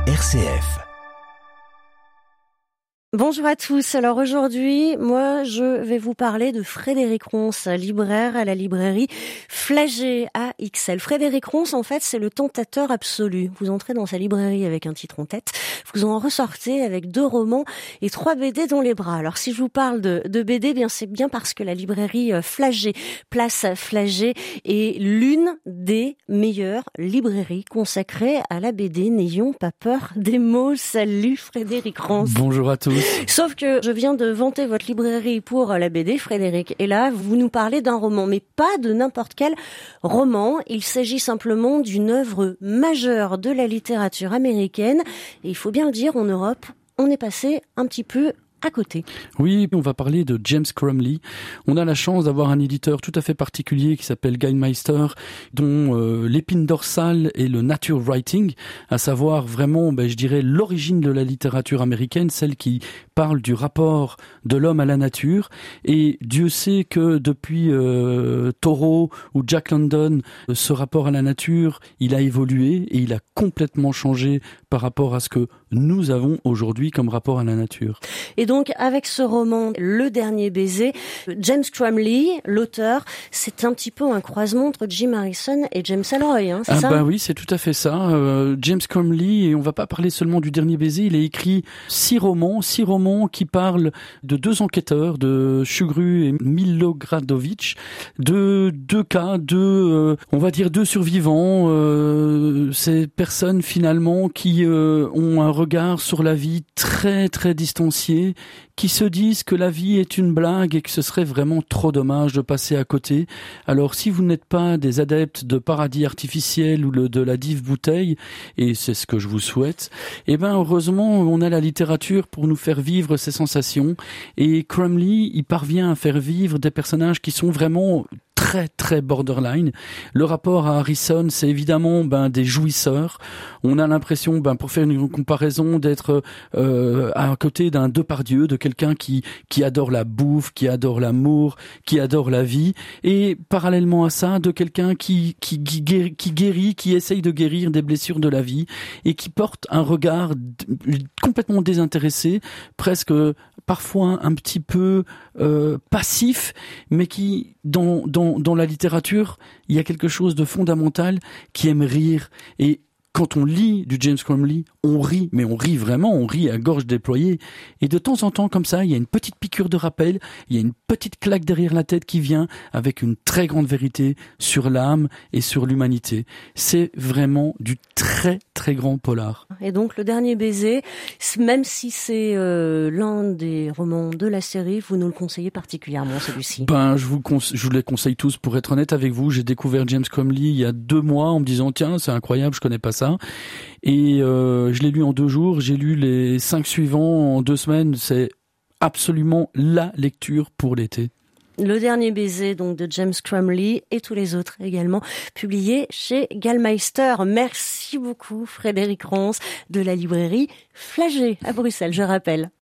RCF. Bonjour à tous. Alors aujourd'hui, moi, je vais vous parler de Frédéric Ronce, libraire à la librairie Flagey à Ixelles. Frédéric Ronce, en fait, c'est le tentateur absolu. Vous entrez dans sa librairie avec un titre en tête, vous en ressortez avec 2 romans et 3 BD dans les bras. Alors si je vous parle de BD, bien c'est bien parce que la librairie Flagey, place Flagey, est l'une des meilleures librairies consacrées à la BD. N'ayons pas peur des mots. Salut Frédéric Ronce. Bonjour à tous. Sauf que je viens de vanter votre librairie pour la BD, Frédéric. Et là, vous nous parlez d'un roman, mais pas de n'importe quel roman. Il s'agit simplement d'une œuvre majeure de la littérature américaine. Et il faut bien le dire, en Europe, on est passé un petit peu à côté. Oui, on va parler de James Crumley. On a la chance d'avoir un éditeur tout à fait particulier qui s'appelle Gallmeister, dont l'épine dorsale est le nature writing, à savoir vraiment, je dirais, l'origine de la littérature américaine, celle qui parle du rapport de l'homme à la nature. Et Dieu sait que depuis Thoreau ou Jack London, ce rapport à la nature, il a évolué et il a complètement changé par rapport à ce que nous avons aujourd'hui comme rapport à la nature. Et donc, avec ce roman, Le Dernier Baiser, James Crumley, l'auteur, c'est un petit peu un croisement entre Jim Harrison et James Ellroy, c'est ça? Oui, c'est tout à fait ça. James Crumley, et on va pas parler seulement du Dernier Baiser, il a écrit 6 romans qui parlent de 2 enquêteurs, de Shugru et Milogradovich, de 2 cas, on va dire 2 survivants, ces personnes finalement qui ont un regard sur la vie très très distancié, qui se disent que la vie est une blague et que ce serait vraiment trop dommage de passer à côté. Alors si vous n'êtes pas des adeptes de paradis artificiel ou de la dive bouteille, et c'est ce que je vous souhaite, heureusement on a la littérature pour nous faire vivre ces sensations, et Crumley, il parvient à faire vivre des personnages qui sont vraiment très très borderline. Le rapport à Harrison, c'est évidemment des jouisseurs. On a l'impression, pour faire une comparaison, d'être à côté d'un Depardieu, de quelqu'un qui adore la bouffe, qui adore l'amour, qui adore la vie, et parallèlement à ça, de quelqu'un qui guérit, qui essaye de guérir des blessures de la vie, et qui porte un regard complètement désintéressé, presque parfois un petit peu passif, mais qui dans la littérature, il y a quelque chose de fondamental, qui aime rire. Et quand on lit du James Crumley, on rit, mais on rit vraiment, on rit à gorge déployée. Et de temps en temps, comme ça, il y a une petite piqûre de rappel, il y a une petite claque derrière la tête qui vient avec une très grande vérité sur l'âme et sur l'humanité. C'est vraiment du très très grand polar. Et donc Le Dernier Baiser, même si c'est l'un des romans de la série, vous nous le conseillez particulièrement, celui-ci? Je vous les conseille tous, pour être honnête avec vous. J'ai découvert James Crumley il y a 2 mois en me disant tiens, c'est incroyable, je connais pas ça. Et je l'ai lu en 2 jours, j'ai lu les 5 suivants en 2 semaines. C'est absolument la lecture pour l'été. Le Dernier Baiser, donc, de James Crumley, et tous les autres également, publiés chez Gallmeister. Merci beaucoup, Frédéric Ronce, de la librairie Flagey à Bruxelles, je rappelle.